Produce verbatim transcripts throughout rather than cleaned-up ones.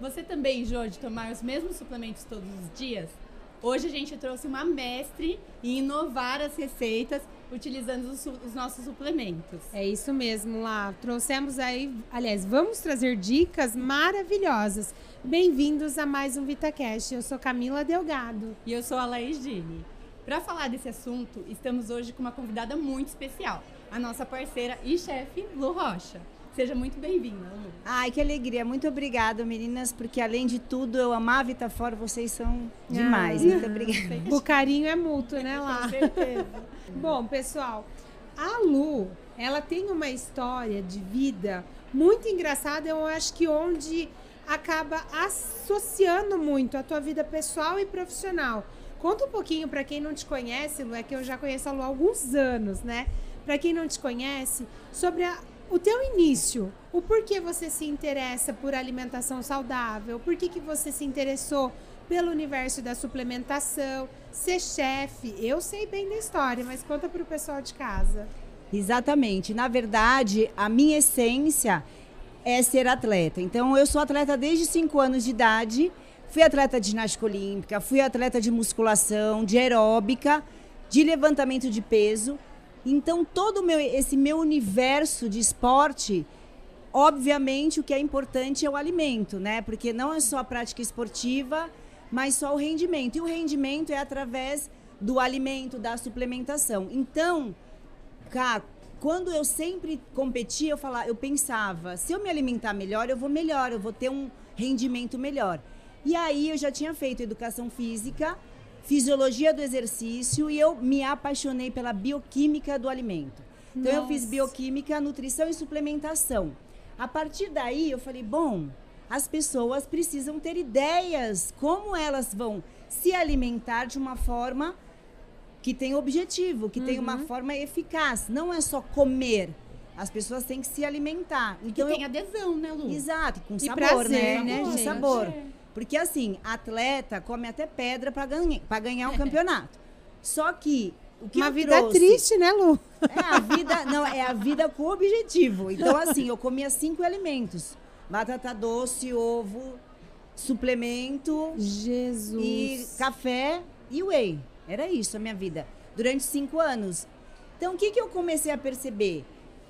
Você também enjoa de tomar os mesmos suplementos todos os dias? Hoje a gente trouxe uma mestre em inovar as receitas utilizando os, os nossos suplementos. É isso mesmo, lá. Trouxemos aí, aliás, vamos trazer dicas maravilhosas. Bem-vindos a mais um VitaCast. Eu sou Camila Delgado. E eu sou a Laís Gini. Para falar desse assunto, estamos hoje com uma convidada muito especial, a nossa parceira e chefe, Lu Rocha. Seja muito bem-vinda, Lu. Ai, que alegria. Muito obrigada, meninas, porque além de tudo, eu amar a VitaFora, vocês são demais. Ah, muito obrigada. O carinho é mútuo, né, lá? Com certeza. Bom, pessoal, a Lu, ela tem uma história de vida muito engraçada, eu acho que onde acaba associando muito a tua vida pessoal e profissional. Conta um pouquinho para quem não te conhece, Lu, é que eu já conheço a Lu há alguns anos, né? Para quem não te conhece, sobre a o teu início, o porquê você se interessa por alimentação saudável, por que que você se interessou pelo universo da suplementação, ser chefe. Eu sei bem da história, mas conta para o pessoal de casa. Exatamente. Na verdade, a minha essência é ser atleta. Então, eu sou atleta desde cinco anos de idade, fui atleta de ginástica olímpica, fui atleta de musculação, de aeróbica, de levantamento de peso. Então, todo meu, esse meu universo de esporte, obviamente, o que é importante é o alimento, né? Porque não é só a prática esportiva, mas só o rendimento. E o rendimento é através do alimento, da suplementação. Então, cara, quando eu sempre competia, eu falava, eu pensava, se eu me alimentar melhor, eu vou melhor, eu vou ter um rendimento melhor. E aí, eu já tinha feito educação física, fisiologia do exercício e eu me apaixonei pela bioquímica do alimento. Então, Nossa. eu fiz bioquímica, nutrição e suplementação. A partir daí, eu falei, bom, as pessoas precisam ter ideias como elas vão se alimentar de uma forma que tem objetivo, que uhum. tem uma forma eficaz. Não é só comer. As pessoas têm que se alimentar. Então, que tem eu... adesão, né, Lu? Exato, com e sabor, prazer, né? né, Com gente? sabor. Porque, assim, atleta come até pedra para ganhar, para ganhar um campeonato. Só que o que Uma eu vida trouxe, triste, né, Lu? É a vida, não, é a vida com objetivo. Então, assim, eu comia cinco alimentos: batata doce, ovo, suplemento, Jesus. E café e whey. Era isso a minha vida durante cinco anos. Então, o que que eu comecei a perceber?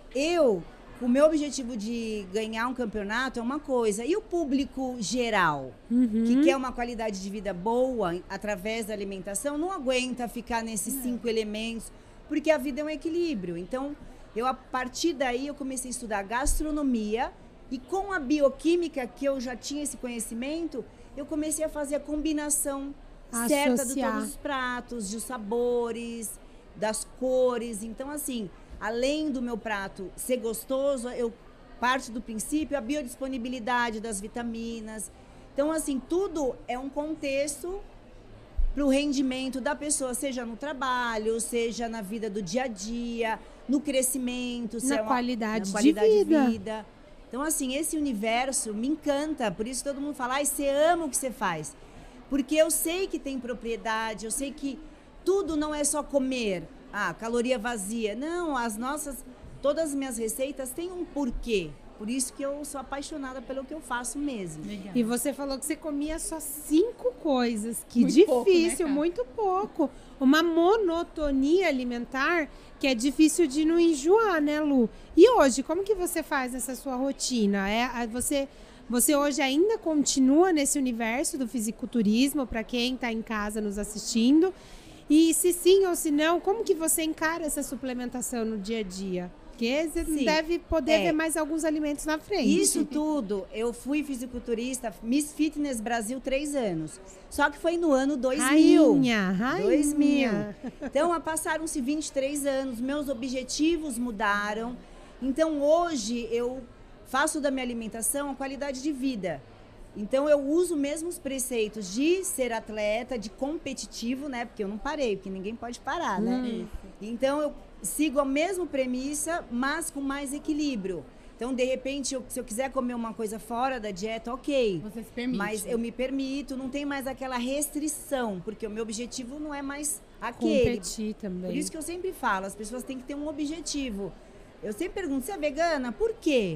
Eu O meu objetivo de ganhar um campeonato é uma coisa. E o público geral, uhum. que quer uma qualidade de vida boa através da alimentação, não aguenta ficar nesses é. cinco elementos, porque a vida é um equilíbrio. Então, eu a partir daí, eu comecei a estudar gastronomia e com a bioquímica, que eu já tinha esse conhecimento, eu comecei a fazer a combinação Associar. certa de todos os pratos, dos sabores, das cores. Então, assim... Além do meu prato ser gostoso, eu parto do princípio a biodisponibilidade das vitaminas. Então, assim, tudo é um contexto para o rendimento da pessoa, seja no trabalho, seja na vida do dia a dia, no crescimento, na, é uma, qualidade, na qualidade de, vida. de vida. Então, assim, esse universo me encanta. Por isso todo mundo fala, ai, você ama o que você faz. Porque eu sei que tem propriedade, eu sei que tudo não é só comer. Ah, caloria vazia. Não, as nossas, todas as minhas receitas têm um porquê. Por isso que eu sou apaixonada pelo que eu faço mesmo. Legal. E você falou que você comia só cinco coisas. Que muito difícil, pouco, né, muito pouco. Uma monotonia alimentar que é difícil de não enjoar, né, Lu? E hoje, como que você faz essa sua rotina? É, você, você hoje ainda continua nesse universo do fisiculturismo, para quem está em casa nos assistindo? E se sim ou se não, como que você encara essa suplementação no dia a dia? Porque você sim, deve poder é. ver mais alguns alimentos na frente. Isso tudo, eu fui fisiculturista, Miss Fitness Brasil, três anos. Só que foi no ano dois mil. Rainha, rainha. dois mil. Então, passaram-se vinte e três anos, meus objetivos mudaram. Então, hoje, eu faço da minha alimentação a qualidade de vida. Então, eu uso mesmo os preceitos de ser atleta, de competitivo, né? Porque eu não parei, porque ninguém pode parar, né? Hum. Então, eu sigo a mesma premissa, mas com mais equilíbrio. Então, de repente, eu, se eu quiser comer uma coisa fora da dieta, ok. Você se permite. Mas eu me permito, não tem mais aquela restrição, porque o meu objetivo não é mais aquele. Competir também. Por isso que eu sempre falo, as pessoas têm que ter um objetivo. Eu sempre pergunto, você é vegana? Por quê?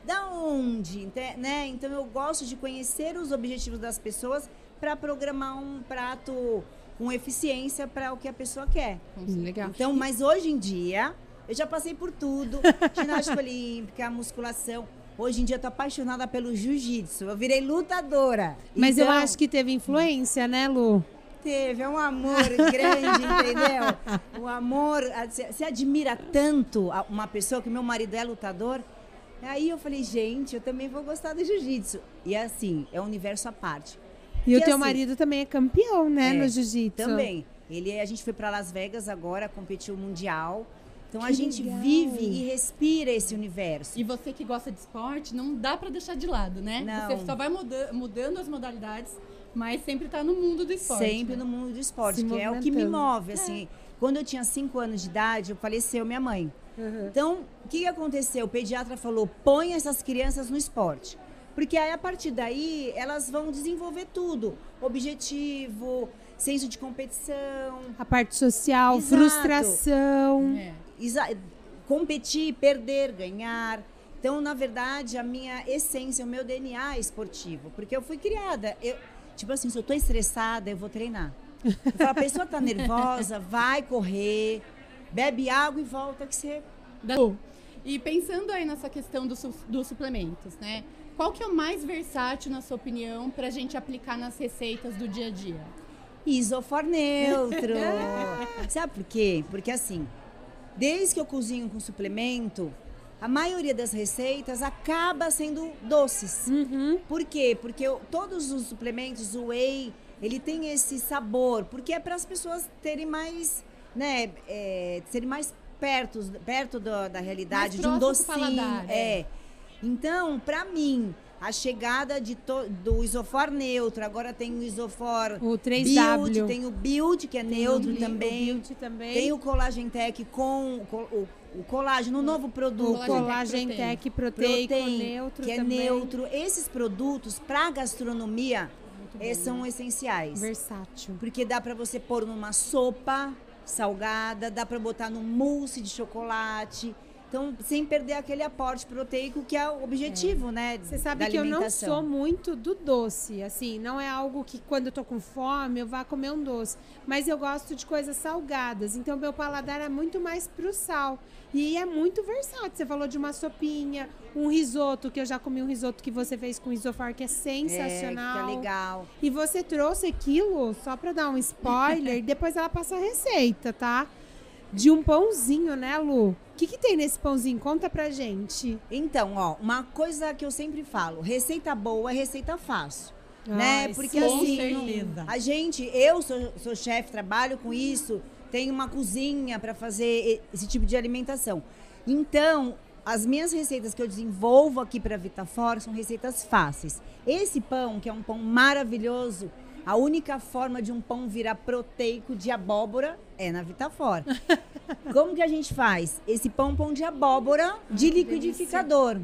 Da onde? Né? Então, eu gosto de conhecer os objetivos das pessoas para programar um prato com eficiência para o que a pessoa quer. Legal. Então, mas hoje em dia, eu já passei por tudo. Ginástica olímpica, musculação. Hoje em dia, eu tô apaixonada pelo jiu-jitsu. Eu virei lutadora. Mas então, eu acho que teve influência, né, Lu? Teve, é um amor grande, entendeu? Um amor, você admira tanto uma pessoa, que meu marido é lutador. Aí eu falei, gente, eu também vou gostar do jiu-jitsu. E assim, é um universo à parte. E que o teu assim, marido também é campeão, né, é, no jiu-jitsu. Também. Ele, a gente foi para Las Vegas agora, competiu mundial. Então Que a gente legal. vive e respira esse universo. E você que gosta de esporte, não dá pra deixar de lado, né? Não. Você só vai muda mudando as modalidades, mas sempre tá no mundo do esporte. Sempre né? no mundo do esporte, Se que é o que me movimentando. move, assim. Quando eu tinha cinco anos de idade, faleceu minha mãe. Uhum. Então, o que que aconteceu? O pediatra falou, põe essas crianças no esporte. Porque aí, a partir daí, elas vão desenvolver tudo. Objetivo, senso de competição, A parte social, Exato. frustração. É. exa- competir, perder, ganhar. Então, na verdade, a minha essência, o meu D N A é esportivo. Porque eu fui criada. Eu, tipo assim, se eu tô estressada, eu vou treinar. Eu falo, a pessoa tá nervosa, vai correr, bebe água e volta que você... Da- E pensando aí nessa questão do su- dos suplementos, né? Qual que é o mais versátil, na sua opinião, pra gente aplicar nas receitas do dia a dia? Isofor neutro. Sabe por quê? Porque assim, desde que eu cozinho com suplemento, a maioria das receitas acaba sendo doces. Uhum. Por quê? Porque eu- todos os suplementos, o whey, ele tem esse sabor, porque é para as pessoas terem mais, né, é, serem mais perto, perto da, da realidade, Mais de um próximo do docinho. paladar, é. Então, para mim, a chegada de to- do Isofor neutro, agora tem o Isofor O três Build, W. tem o Build, que é Tem neutro o Bi- também. O Build também. Tem o Collagen Tech com o, co- o, o colágeno, o novo o produto. Collagen Tech proteico, Protein, neutro que é também. neutro. Esses produtos para gastronomia eh, são essenciais. Versátil. Porque dá para você pôr numa sopa salgada, dá para botar no mousse de chocolate. Então, sem perder aquele aporte proteico que é o objetivo, né? Você sabe da que eu não alimentação. sou muito do doce, assim, não é algo que quando eu tô com fome eu vá comer um doce, mas eu gosto de coisas salgadas, então meu paladar é muito mais pro sal e é muito versátil. Você falou de uma sopinha, um risoto, que eu já comi um risoto que você fez com Isofor, que é É, sensacional. fica legal. E você trouxe aquilo, só pra dar um spoiler, depois ela passa a receita, tá? De um pãozinho, né, Lu? O que, que tem nesse pãozinho? Conta pra gente. Então, ó, uma coisa que eu sempre falo, receita boa é receita fácil. Ai, Né? Porque sim. assim, certeza. a gente, eu sou, sou chefe, trabalho com isso, tenho uma cozinha para fazer esse tipo de alimentação. Então, as minhas receitas que eu desenvolvo aqui para Vitafor são receitas fáceis. Esse pão, que é um pão maravilhoso, a única forma de um pão virar proteico de abóbora é na Vitafor. Como que a gente faz? Esse pão, pão de abóbora de que liquidificador.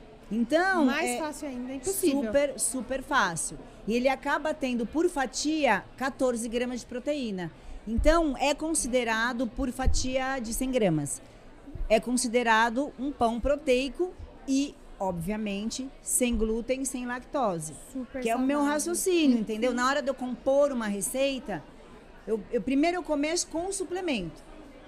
Então, Mais é fácil ainda, é impossível. super, super fácil. E ele acaba tendo, por fatia, quatorze gramas de proteína. Então, é considerado, por fatia de cem gramas, é considerado um pão proteico e, obviamente, sem glúten, sem lactose. Super Que é o meu saudável. raciocínio, entendeu? Na hora de eu compor uma receita, eu, eu primeiro eu começo com o suplemento.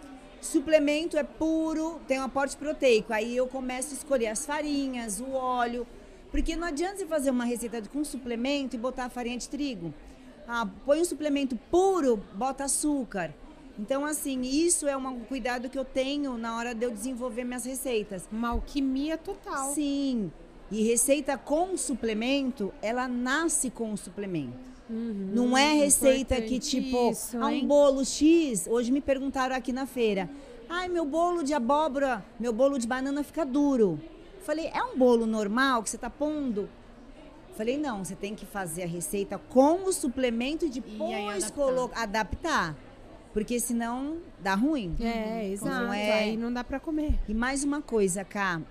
Suplemento é puro, tem um aporte proteico. Aí eu começo a escolher as farinhas, o óleo. Porque não adianta você fazer uma receita com suplemento e botar a farinha de trigo. Ah, põe um suplemento puro, bota açúcar. Então, assim, isso é um cuidado que eu tenho na hora de eu desenvolver minhas receitas. Uma alquimia total. Sim. E receita com suplemento, ela nasce com o suplemento. Uhum, Não é receita que, tipo, isso, ah, um hein? bolo X. Hoje me perguntaram aqui na feira. Ai, meu bolo de abóbora, meu bolo de banana fica duro. Falei, é um bolo normal que você tá pondo? Falei, não, você tem que fazer a receita com o suplemento e depois aí adaptar. colo- adaptar. Porque senão dá ruim. É, exato. Não é? Aí não dá pra comer. E mais uma coisa, Cá.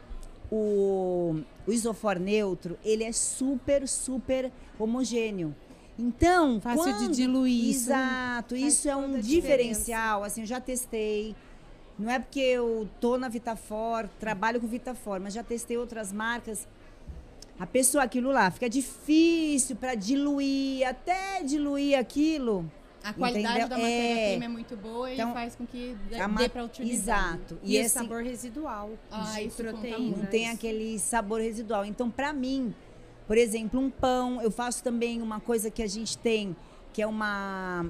O, o Isofor neutro, ele é super, super homogêneo. Então, Fácil de quando- diluir isso Exato, faz isso é toda um a diferencial. Assim, eu já testei. Não é porque eu tô na Vitafor, trabalho com Vitafor, mas já testei outras marcas. A pessoa, aquilo lá, fica difícil para diluir, até diluir aquilo. A qualidade entendeu? da matéria-prima é, é muito boa então, e faz com que dê, ma- dê para utilizar. Exato. E, E o assim, sabor residual Ah, de isso conta proteína. não tem isso. aquele sabor residual. Então, para mim, por exemplo, um pão, eu faço também uma coisa que a gente tem, que é uma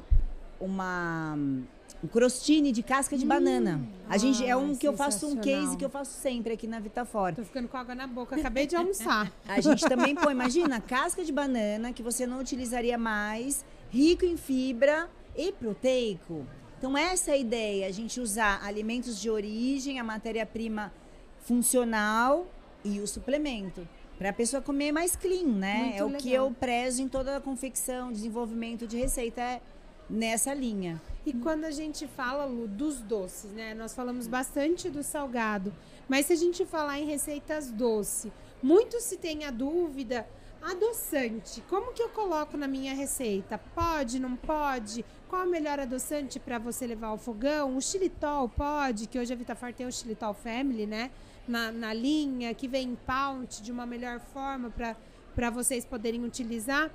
uma um crostini de casca de hum, banana. A gente é um que eu faço um case que eu faço sempre aqui na Vitafor. Tô ficando com água na boca, acabei de almoçar. A gente também põe, imagina, casca de banana que você não utilizaria mais, rico em fibra e proteico. Então essa é a ideia, a gente usar alimentos de origem, a matéria-prima funcional e o suplemento. Para a pessoa comer mais clean, né? Muito é o legal. que eu prezo em toda a confecção, desenvolvimento de receita, é nessa linha. E quando a gente fala, Lu, dos doces, né? Nós falamos bastante do salgado, mas se a gente falar em receitas doce, muito se tem a dúvida, adoçante, como que eu coloco na minha receita? Pode, não pode? Qual o melhor adoçante para você levar ao fogão? O xilitol pode, que hoje a Vitafor tem o xilitol Family, né? Na, na linha, que vem em pound de uma melhor forma para vocês poderem utilizar.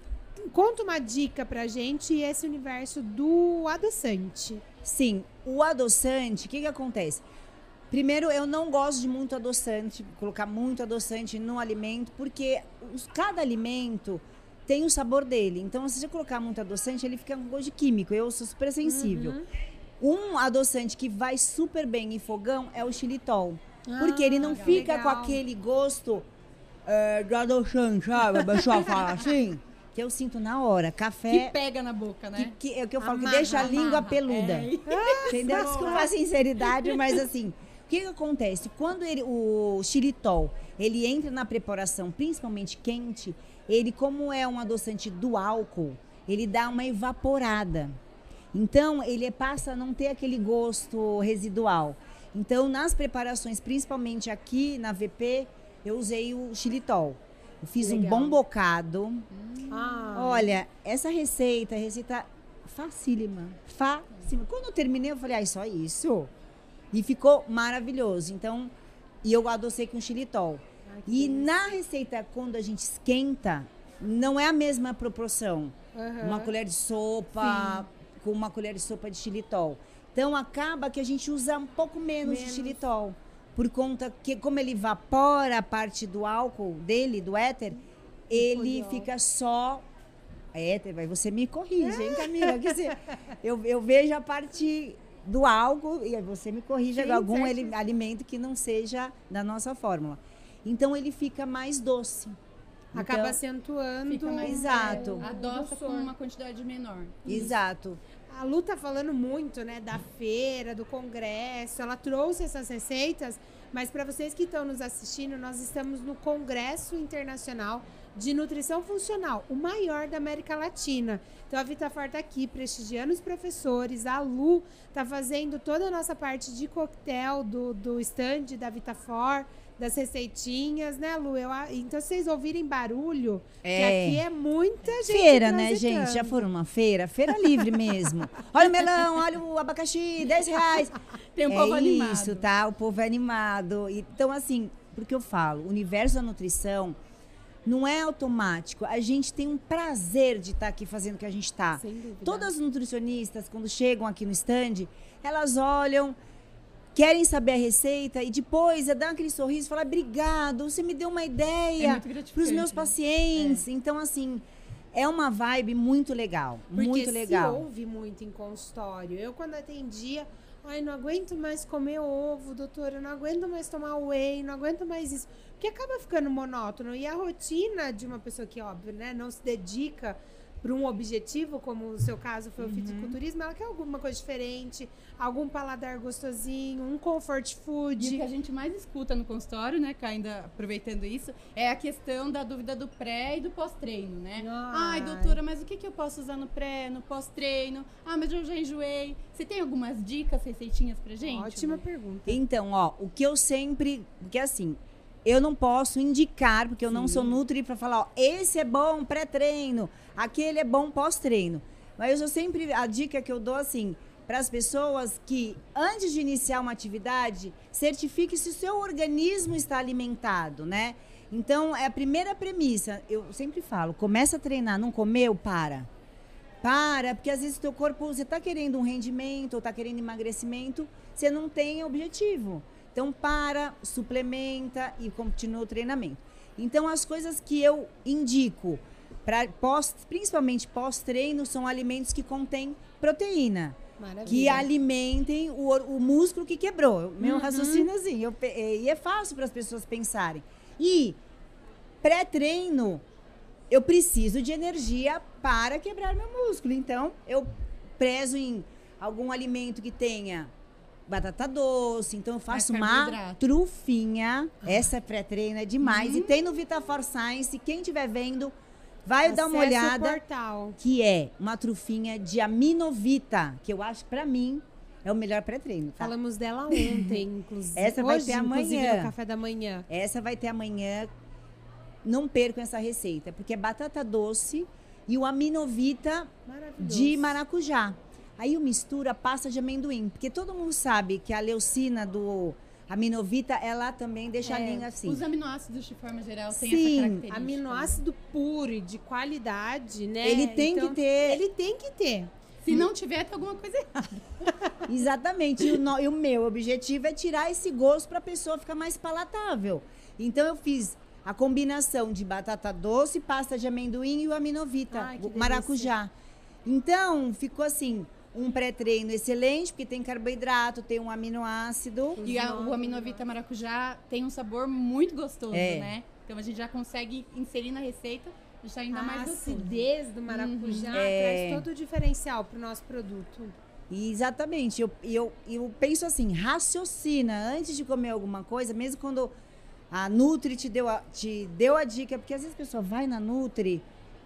Conta uma dica pra gente e esse universo do adoçante. Sim, o adoçante, o que que acontece? Primeiro, eu não gosto de muito adoçante, colocar muito adoçante no alimento, porque os, cada alimento tem o sabor dele. Então, se você colocar muito adoçante, ele fica com gosto de químico. Eu sou super sensível. Uhum. Um adoçante que vai super bem em fogão é o xilitol. Ah, porque ele não legal, fica legal. com aquele gosto é, de adoçante, sabe? A pessoa fala assim... Que eu sinto na hora. Café... Que pega na boca, né? Que, que, é o que eu falo, Amarra, que deixa a língua amarra. peluda. É. Entendeu? Desculpa a sinceridade, mas assim... O que, que acontece? Quando ele, o xilitol, ele entra na preparação, principalmente quente, ele, como é um adoçante do álcool, ele dá uma evaporada. Então, ele passa a não ter aquele gosto residual. Então, nas preparações, principalmente aqui na V P, eu usei o xilitol. Eu fiz Legal. um bom bocado. Ah, Olha, essa receita, receita facílima. Facílima. Quando eu terminei, eu falei, ai, só isso? E ficou maravilhoso. Então, e eu adocei com xilitol. Ai, que E delícia. na receita, quando a gente esquenta, não é a mesma proporção. Aham. Uma colher de sopa com uma colher de sopa de xilitol. Então, acaba que a gente usa um pouco menos, Menos. de xilitol. Por conta que, como ele evapora a parte do álcool dele, do éter, ele poliol. fica só... Éter, vai, você me corrige, hein, Camila? Que se- eu, eu vejo a parte do álcool e aí você me corrige Sim, algum certo. ele- alimento que não seja da nossa fórmula. Então, ele fica mais doce. Acaba Então, acentuando. Fica mais Exato. o adoça com doçor. uma quantidade menor. Exato. A Lu tá falando muito, né, da feira, do congresso. Ela trouxe essas receitas, mas para vocês que estão nos assistindo, nós estamos no Congresso Internacional de Nutrição Funcional, o maior da América Latina. Então a Vitafor tá aqui prestigiando os professores, a Lu tá fazendo toda a nossa parte de coquetel do, do stand da Vitafor, das receitinhas, né, Lu? Eu, a- então, se vocês ouvirem barulho, É. que aqui é muita gente Feira, né, transitando. gente? Já foram numa feira? Feira livre mesmo. Olha o melão, olha o abacaxi, dez reais. Tem um é povo animado. isso, tá? O povo é animado. Então, assim, porque eu falo, o universo da nutrição não é automático. A gente tem um prazer de estar aqui fazendo o que a gente está. Sem dúvida. Todas as nutricionistas, quando chegam aqui no stand, elas olham, querem saber a receita e depois dá aquele sorriso e fala, obrigado, você me deu uma É ideia muito gratificante, para os meus né? pacientes. Então, assim, é uma vibe muito legal, Porque muito legal. se ouve muito em consultório. Eu, quando atendia, ai, não aguento mais comer ovo, doutora, não aguento mais tomar whey, não aguento mais isso. Porque acaba ficando monótono. E a rotina de uma pessoa que, óbvio, né, não se dedica para um objetivo, como o seu caso foi o Uhum. fisiculturismo, ela quer alguma coisa diferente, algum paladar gostosinho, um comfort E o food. que a gente mais escuta no consultório, né, Cá, ainda aproveitando isso, é a questão da dúvida do pré e do pós-treino, né? Ai. Ai, doutora, mas o que, que eu posso usar no pré, no pós-treino? Ah, mas eu já enjoei. Você tem algumas dicas, receitinhas pra gente? Ótima Lu? pergunta. Então, ó, o que eu sempre... Porque, assim, eu não posso indicar, porque eu não Sim. sou nutri para falar, ó, esse é bom pré-treino, aquele é bom pós-treino. Mas eu sempre... A dica que eu dou, assim, para as pessoas que, antes de iniciar uma atividade, certifique se o seu organismo está alimentado, né? Então, é a primeira premissa. Eu sempre falo, começa a treinar, não comeu, para. Para, porque às vezes o teu corpo, você está querendo um rendimento ou está querendo emagrecimento, você não tem objetivo. Então, para, suplementa e continua o treinamento. Então, as coisas que eu indico, pra, pós, principalmente pós-treino, são alimentos que contêm proteína. Maravilha. Que alimentem o, o músculo que quebrou. Meu uhum. raciocínio assim. Eu, e é fácil para as pessoas pensarem. E pré-treino, eu preciso de energia para quebrar meu músculo. Então, eu prezo em algum alimento que tenha batata doce. Então, eu faço uma trufinha. Ah. Essa pré-treino é demais. Uhum. E tem no VitaFor Science. Quem estiver vendo, vai Acesso dar uma olhada. Portal. Que é uma trufinha de Aminovita. Que eu acho, pra mim, é o melhor pré-treino. Tá? Falamos dela ontem, inclusive. Essa vai Hoje, ter amanhã. No café da manhã. Essa vai ter amanhã. Não percam essa receita, porque é batata doce e o Aminovita de maracujá. Aí eu misturo a pasta de amendoim, porque todo mundo sabe que a leucina do Aminovita, ela também deixa é, a linha assim. Os aminoácidos, de forma geral, têm Sim, essa característica. Aminoácido puro e de qualidade, né? Ele tem então, que ter. Ele tem que ter. Se não tiver, tem alguma coisa errada. Exatamente. E o, no, e o meu objetivo é tirar esse gosto para a pessoa ficar mais palatável. Então, eu fiz a combinação de batata doce, pasta de amendoim e o Aminovita, Ai, o maracujá. Então, ficou assim, um pré-treino excelente, porque tem carboidrato, tem um aminoácido. E a, o Aminovita maracujá tem um sabor muito gostoso, é. né? Então, a gente já consegue inserir na receita, deixar ainda a mais gostoso. A acidez do maracujá uhum. é. traz todo o diferencial para o nosso produto. Exatamente. Eu, eu, eu penso assim, raciocina antes de comer alguma coisa, mesmo quando a Nutri te deu a, te deu a dica, porque às vezes a pessoa vai na Nutri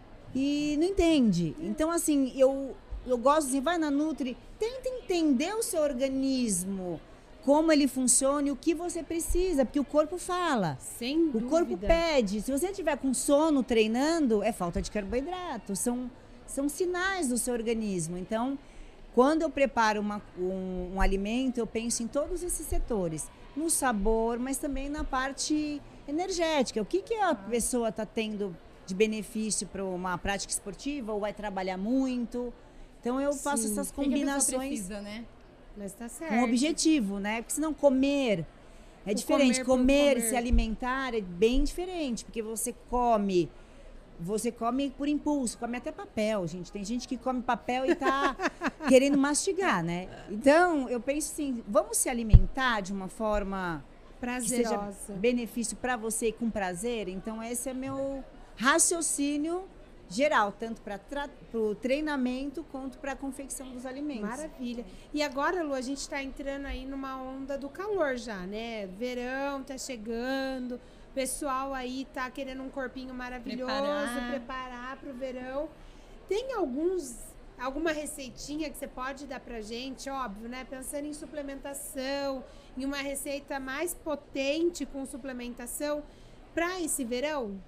e não entende. Então, assim, eu, eu gosto assim, vai na Nutri, tenta entender o seu organismo, como ele funciona e o que você precisa, porque o corpo fala. Sem dúvida. O corpo pede. Se você estiver com sono treinando, é falta de carboidrato. São, são sinais do seu organismo. Então, quando eu preparo uma, um, um alimento, eu penso em todos esses setores. No sabor, mas também na parte energética. O que, que a pessoa está tendo de benefício para uma prática esportiva ou vai trabalhar muito. Então, eu faço Sim. essas Que que a pessoa combinações precisa, né? Mas tá certo. com objetivo, né? Porque senão comer é O diferente. comer por Comer, comer. se alimentar é bem diferente, porque você come, você come por impulso, come até papel, gente. Tem gente que come papel e tá querendo mastigar, né? Então, eu penso assim, vamos se alimentar de uma forma prazerosa, que seja benefício para você e com prazer. Então, esse é meu raciocínio geral, tanto para o treinamento quanto para a confecção dos alimentos. Maravilha. E agora, Lu, a gente está entrando aí numa onda do calor já, né? Verão tá chegando, o pessoal aí tá querendo um corpinho maravilhoso, Preparar. preparar para o verão. Tem alguns, alguma receitinha que você pode dar pra gente, óbvio, né? Pensando em suplementação, em uma receita mais potente com suplementação para esse verão?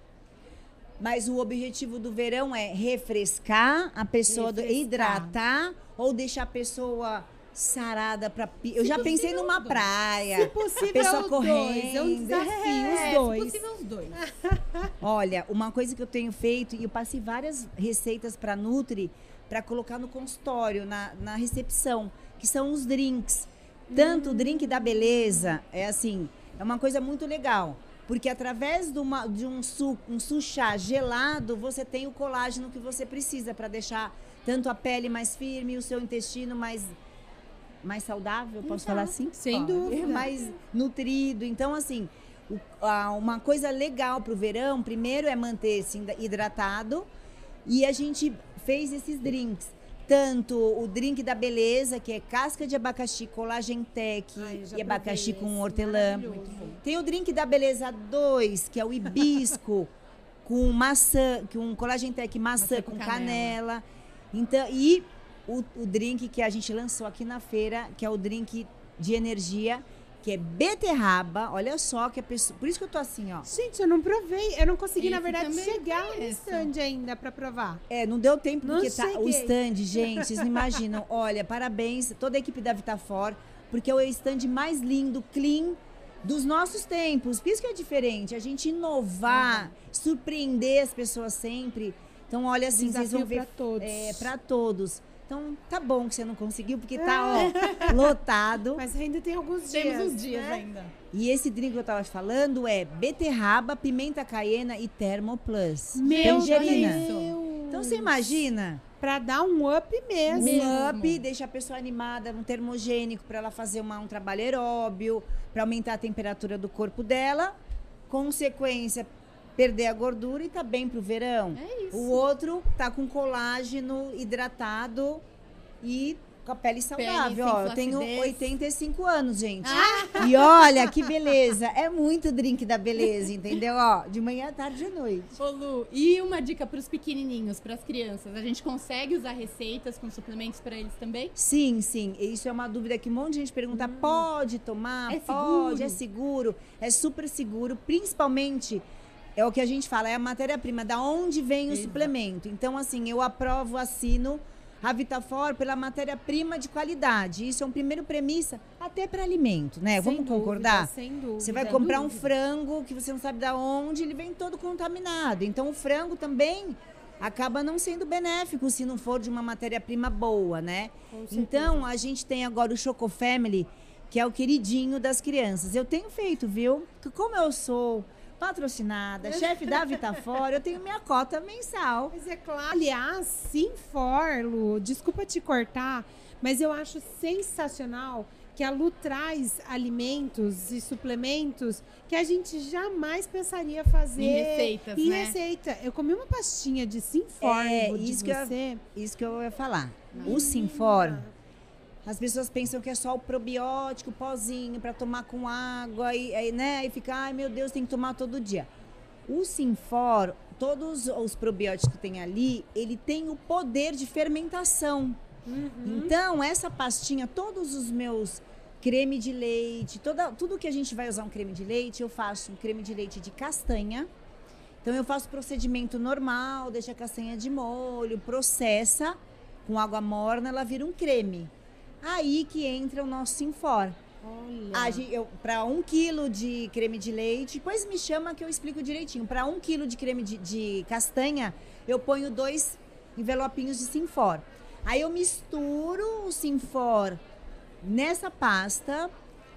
Mas o objetivo do verão é refrescar a pessoa, refrescar. hidratar ou deixar a pessoa sarada para. Eu se já pensei numa dois. praia. Se possível, a pessoa os correndo. dois. É um desafio, É, os dois. se possível, os dois. Olha, uma coisa que eu tenho feito, e eu passei várias receitas para Nutri para colocar no consultório, na, na recepção, que são os drinks. Tanto hum. o drink da beleza, é assim, é uma coisa muito legal. Porque através de, uma, de um, su, um suchá gelado, você tem o colágeno que você precisa para deixar tanto a pele mais firme e o seu intestino mais, mais saudável, posso então, falar assim? Sem Pode. dúvida. Mais nutrido. Então, assim, o, a, uma coisa legal para o verão, primeiro é manter-se hidratado. E a gente fez esses drinks. Tanto o drink da beleza, que é casca de abacaxi, Colagentec e abacaxi com hortelã. Tem o drink da beleza dois, que é o hibisco com maçã, com Colagentec maçã, maçã com, com canela. canela. Então, e o, o drink que a gente lançou aqui na feira, que é o drink de energia, que é beterraba. Olha só que a pessoa... Por isso que eu tô assim, ó. Gente, eu não provei. Eu não consegui, na Esse verdade, também chegar no conheço. stand ainda pra provar. É, não deu tempo Não porque tá o cheguei. stand, gente, vocês não imaginam. Olha, parabéns toda a equipe da Vitafor, porque é o stand mais lindo, clean dos nossos tempos. Por isso que é diferente, a gente inovar, uhum. surpreender as pessoas sempre. Então, olha assim, Desafio vocês vão ver pra todos. É, para todos. Então, tá bom que você não conseguiu, porque tá, ó, lotado. Mas ainda tem alguns dias. Temos uns dias né? ainda. E esse drink que eu tava falando é beterraba, pimenta caiena e Thermoplus. Meu Tangerina. Deus. Então, você imagina... Pra dar um up mesmo. Um up, deixa a pessoa animada, um termogênico para ela fazer uma, um trabalho aeróbio, para aumentar a temperatura do corpo dela. Consequência, perder a gordura e tá bem pro verão. É isso. O outro tá com colágeno hidratado e com a pele saudável. sem Ó, eu tenho flacidez. oitenta e cinco anos, gente. Ah! E olha que beleza. É muito drink da beleza, entendeu? Ó, de manhã, tarde e à noite. Ô Lu, e uma dica para os pequenininhos, para as crianças? A gente consegue usar receitas com suplementos para eles também? Sim, sim. Isso é uma dúvida que um monte de gente pergunta. Hum. Pode tomar? É Pode, seguro? é seguro. É super seguro. Principalmente, é o que a gente fala, é a matéria-prima, da onde vem o Exato. suplemento. Então, assim, eu aprovo, assino a Vitafor pela matéria-prima de qualidade. Isso é um primeiro premissa até para alimento, né? Sem Vamos dúvida, concordar? Sem dúvida. Você vai Sem comprar um dúvida. frango que você não sabe de onde, ele vem todo contaminado. Então, o frango também acaba não sendo benéfico se não for de uma matéria-prima boa, né? Com certeza. Então, a gente tem agora o Choco Family, que é o queridinho das crianças. Eu tenho feito, viu? Que como eu sou patrocinada, chefe da Vitafor, eu tenho minha cota mensal. Mas é claro. Aliás, Sinfor, Lu, desculpa te cortar, mas eu acho sensacional que a Lu traz alimentos e suplementos que a gente jamais pensaria fazer. Em receitas, em né? receita. Eu comi uma pastinha de Sinfor É, de isso que eu- você. Isso que eu ia falar. O Sinfor, as pessoas pensam que é só o probiótico, o pozinho, para tomar com água, e, aí, né? E fica, ai meu Deus, tem que tomar todo dia. O Sinfor, todos os probióticos que tem ali, ele tem o poder de fermentação. Uhum. Então, essa pastinha, todos os meus creme de leite, toda, tudo que a gente vai usar um creme de leite, eu faço um creme de leite de castanha. Então, eu faço procedimento normal, deixa a castanha de molho, processa com água morna, ela vira um creme. Aí que entra o nosso Sinfor. Olha. Para um quilo de creme de leite, depois me chama que eu explico direitinho. Para um quilo de creme de, de castanha, eu ponho dois envelopinhos de Sinfor. Aí eu misturo o Sinfor nessa pasta,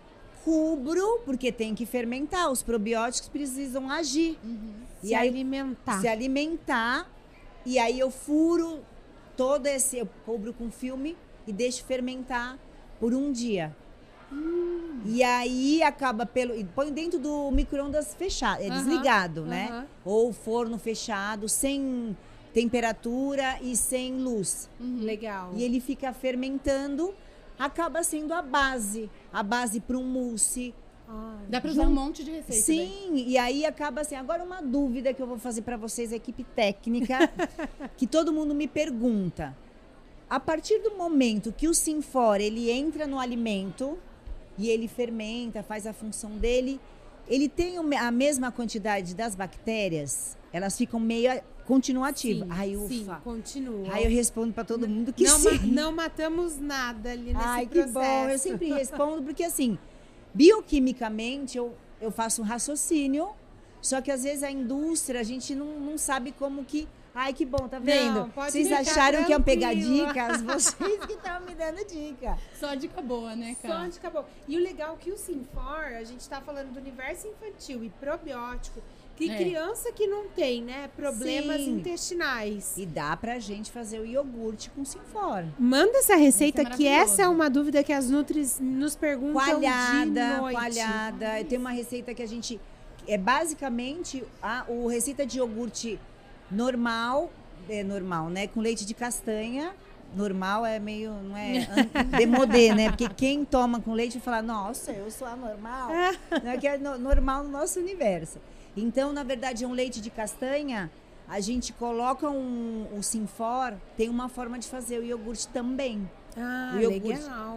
cubro, porque tem que fermentar. Os probióticos precisam agir. Uhum. E Se aí, alimentar. se alimentar. E aí eu furo todo esse, eu cubro com filme e deixo fermentar por um dia. Hum. E aí acaba pelo. E põe dentro do micro-ondas fechado, é Aham, desligado, né? aham. Ou forno fechado, sem temperatura e sem luz. Legal. E ele fica fermentando, acaba sendo a base. A base para um mousse. Ai. Dá para usar um monte de receita. daí. Sim, e aí acaba assim. Agora, uma dúvida que eu vou fazer para vocês, a equipe técnica, que todo mundo me pergunta. A partir do momento que o Sinfor ele entra no alimento e ele fermenta, faz a função dele, ele tem o me- a mesma quantidade das bactérias, elas ficam meio continuativas. Sim, Ai, sim, ufa. continua. Aí eu respondo para todo mundo que não, sim. ma- não matamos nada ali nesse Ai, que processo. bom. Eu sempre respondo porque, assim, bioquimicamente eu, eu faço um raciocínio, só que às vezes a indústria, a gente não, não sabe como que... Ai, que bom, tá vendo? Não, pode Vocês ficar acharam que iam pegar tranquila. dicas? Vocês que estão me dando dica. Só dica boa, né, Só cara? de acabou. E o legal é que o Sinfor, a gente tá falando do universo infantil e probiótico, que É. criança que não tem, né, problemas Sim. intestinais. E dá pra gente fazer o iogurte com Sinfor. Manda essa receita, Esse é que essa é maravilhoso. uma dúvida que as Nutris nos perguntam de Coalhada, noite. coalhada. Eu tenho uma receita que a gente... É basicamente a o receita de iogurte normal, é normal, né? Com leite de castanha. Normal é meio, não é an- demodê, né? Porque quem toma com leite vai falar, nossa, eu sou anormal. Não é que é no- normal no nosso universo. Então, na verdade, é um leite de castanha. A gente coloca um, o Sinfor, tem uma forma de fazer o iogurte também. Ah, O iogurte. legal.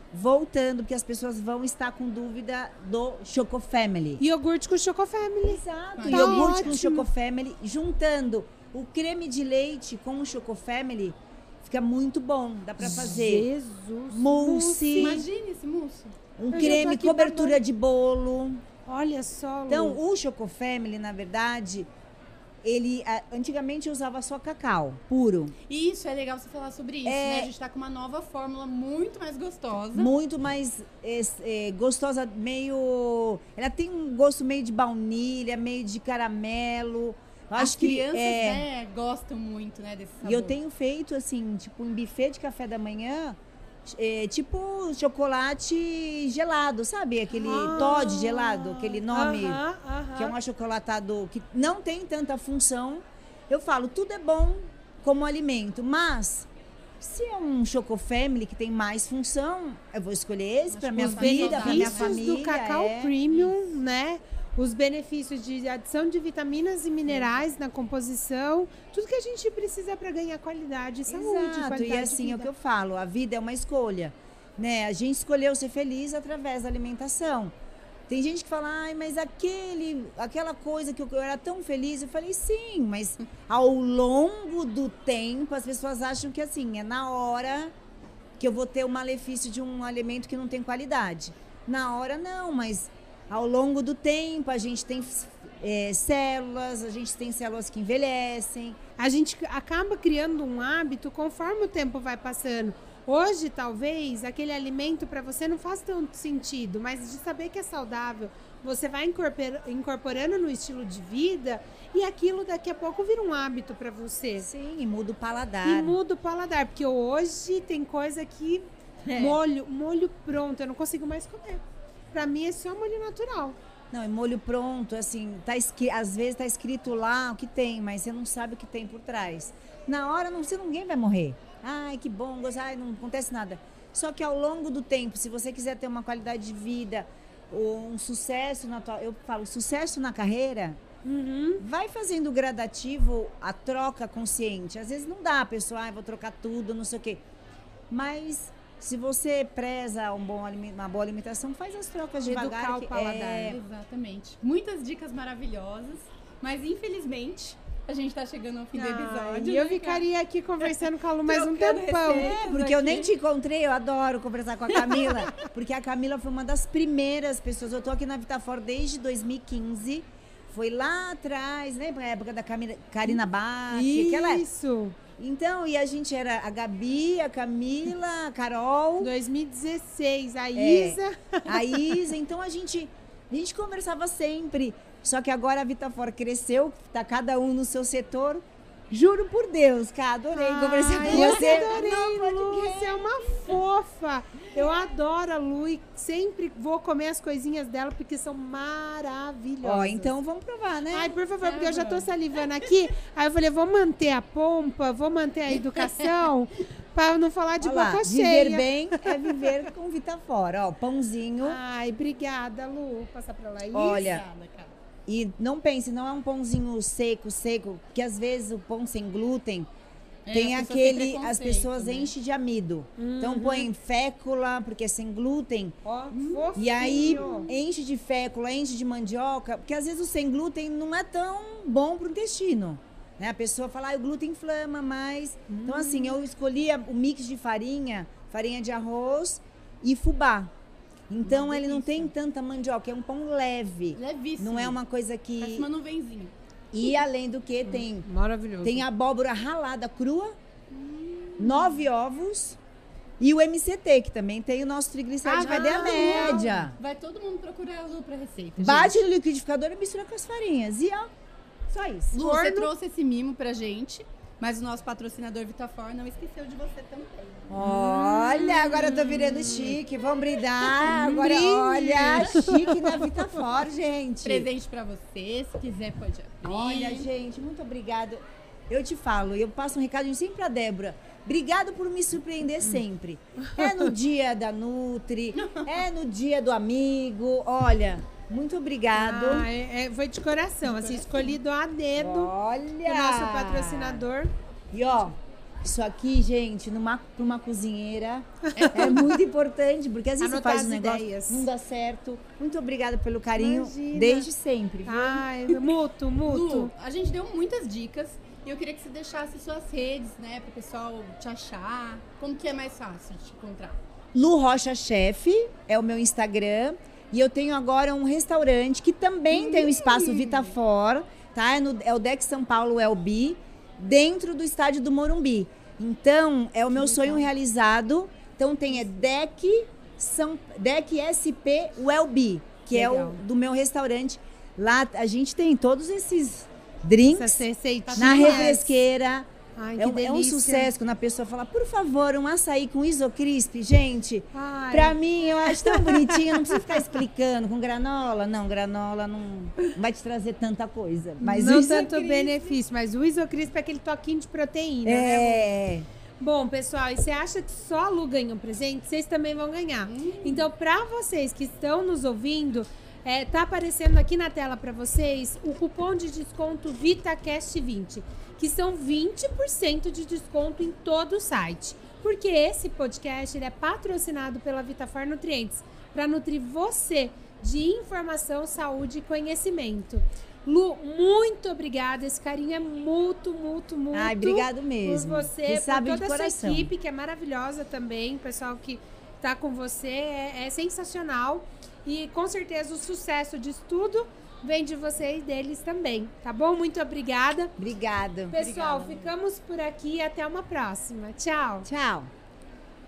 voltando, porque as pessoas vão estar com dúvida do Choco Family. Iogurte com Choco Family. Exato, Tá iogurte ótimo. com Choco Family, juntando o creme de leite com o Choco Family, fica muito bom. Dá pra fazer Jesus. mousse, Imagine esse mousse. um Eu já tô creme, aqui cobertura babando. de bolo. Olha só, Lu. Então, o Choco Family, na verdade, ele a- antigamente eu usava só cacau puro. E isso é legal você falar sobre isso, É. né? A gente tá com uma nova fórmula muito mais gostosa. Muito mais é, é, gostosa, meio... Ela tem um gosto meio de baunilha, meio de caramelo. Eu As acho que crianças, é, né, gostam muito, né, desse sabor. E eu tenho feito, assim, tipo, um buffet de café da manhã, é, tipo chocolate gelado, sabe? Aquele Ah. Toddy gelado, aquele nome, Aham, aham. que é um achocolatado que não tem tanta função. Eu falo, tudo é bom como alimento, mas se é um Choco Family que tem mais função, eu vou escolher esse para minha Os vida, para minha benefícios família. do cacau é. premium, né? Os benefícios de adição de vitaminas e minerais na composição, tudo que a gente precisa para ganhar qualidade e saúde, Exato, qualidade e assim de é o vida. que eu falo, a vida é uma escolha, né? A gente escolheu ser feliz através da alimentação. Tem gente que fala, ai, mas aquele, aquela coisa que eu, eu era tão feliz, eu falei, sim, mas ao longo do tempo as pessoas acham que assim, é na hora que eu vou ter o malefício de um alimento que não tem qualidade. Na hora não, mas ao longo do tempo a gente tem é, células, a gente tem células que envelhecem. A gente acaba criando um hábito conforme o tempo vai passando. Hoje, talvez, aquele alimento para você não faz tanto sentido, mas de saber que é saudável, você vai incorpor- incorporando no estilo de vida e aquilo daqui a pouco vira um hábito para você. Sim, e muda o paladar. E muda o paladar, porque hoje tem coisa que É. molho, molho pronto, eu não consigo mais comer. Pra mim é só molho natural. Não, é molho pronto, assim, tá esqui... às vezes tá escrito lá o que tem, mas você não sabe o que tem por trás. Na hora, não, você, ninguém vai morrer. Ai, que bom, gosto, ai, não acontece nada. Só que ao longo do tempo, se você quiser ter uma qualidade de vida, ou um sucesso na tua... Eu falo, sucesso na carreira, Uhum. vai fazendo gradativo a troca consciente. Às vezes não dá, a pessoa, ai, vou trocar tudo, não sei o quê. Mas... se você preza um bom aliment- uma boa alimentação, faz as trocas Educar devagar. o que paladar. é- Exatamente. Muitas dicas maravilhosas, mas infelizmente a gente tá chegando ao fim do episódio. E eu né, ficaria aqui conversando com a Lu mais um Trocando tempão. receita. É, porque eu nem te encontrei, eu adoro conversar com a Camila, porque a Camila foi uma das primeiras pessoas. Eu tô aqui na Vitafora desde dois mil e quinze. Foi lá atrás, né? Na época da Camila, Karina Bach, aquela época. Isso. Então, e a gente era a Gabi, a Camila, a Carol, dois mil e dezesseis, a É. Isa. a Isa. Então a gente, a gente conversava sempre. Só que agora a Vitafora cresceu, tá cada um no seu setor. Juro por Deus, cara, adorei conversar com Ai, eu você. adorei, no Lu, podcast. você é uma fofa. Eu adoro a Lu e sempre vou comer as coisinhas dela porque são maravilhosas. Ó, então vamos provar, né? Ai, por favor, É, porque eu já tô vamos. salivando aqui. Aí eu falei, vou manter a pompa, vou manter a educação, para não falar de Olha lá, boca viver cheia. bem é viver com Vitafora. Ó, pãozinho. Ai, obrigada, Lu. Vou passar pra Laís. Olha, Obrigada, cara. E não pense, não é um pãozinho seco, seco, porque às vezes o pão sem glúten É, tem as pessoas têm aquele, as preconceito, pessoas né? enchem de amido. Então Uhum. põe fécula, porque é sem glúten. Ó, E aí fofinho. enche de fécula, enche de mandioca, porque às vezes o sem glúten não é tão bom pro intestino. Né? A pessoa fala, ah, o glúten inflama mais. Então assim, eu escolhia o mix de farinha, farinha de arroz e fubá. Então Uma ele não delícia. tem tanta mandioca, é um pão leve. Levíssimo. Não é uma coisa Parece que... uma nuvenzinha. E além do que tem, Maravilhoso. tem abóbora ralada crua, nove ovos e o M C T, que também tem o nosso triglicerídeo, Ah, vai dar a vai, média. Vai todo mundo procurar a Lu pra receita. Bate gente. no liquidificador e mistura com as farinhas. E ó, só isso. Lu, você Forno. trouxe esse mimo pra gente, mas o nosso patrocinador Vitafora não esqueceu de você também. Olha, agora eu tô virando chique. Vamos brindar. Agora, Brinde. olha, chique na Vitafora, gente. Presente pra você, se quiser pode abrir. Olha, gente, muito obrigada. Eu te falo, eu passo um recadinho sempre pra Débora. Obrigado por me surpreender sempre. É no dia da Nutri, é no dia do amigo. Olha, muito obrigado. Ah, é- é- foi de coração, assim, escolhido a dedo Olha! o nosso patrocinador. E ó, Isso aqui, gente, numa, pra uma cozinheira é, é muito importante, porque às vezes Anotar você faz um as negócio, ideias. não dá certo. Muito obrigada pelo carinho, Imagina. desde sempre. Viu? Ai, mútuo, mútuo. Lu, a gente deu muitas dicas e eu queria que você deixasse suas redes, né, pro pessoal te achar. Como que é mais fácil de te encontrar? Lu Rocha Chef é o meu Instagram. E eu tenho agora um restaurante que também tem o espaço Vitafor, tá? É, no, é o Deck São Paulo Elbi, dentro do estádio do Morumbi. Então, é o meu sonho realizado. Então, tem é Deck, São, Deck S P Welby, que Legal. é o do meu restaurante. Lá a gente tem todos esses drinks Essas receitinhas. na refresqueira. Ai, que É um, é um delícia. sucesso quando a pessoa fala, por favor, um açaí com isocrisp. Gente, Ai. pra mim, eu acho tão bonitinho, não precisa ficar explicando com granola. Não, granola não vai te trazer tanta coisa. Mas não o tanto isocrisp- benefício, mas o isocrisp é aquele toquinho de proteína, né? É. Bom, pessoal, e você acha que só a Lu ganha um presente? Vocês também vão ganhar. Então, para vocês que estão nos ouvindo, é, tá aparecendo aqui na tela para vocês o cupom de desconto VitaCast vinte, que são vinte por cento de desconto em todo o site. Porque esse podcast ele é patrocinado pela Vitafor Nutrientes, para nutrir você de informação, saúde e conhecimento. Lu, muito obrigada. Esse carinho é muito, muito, muito. Ai, obrigado mesmo. Por você, Você por sabe toda de essa coração. equipe, que é maravilhosa também. O pessoal que tá com você é, é sensacional. E com certeza o sucesso disso tudo vem de você e deles também. Tá bom? Muito obrigada. Obrigada. Pessoal, ficamos por aqui e até uma próxima. Tchau. Tchau.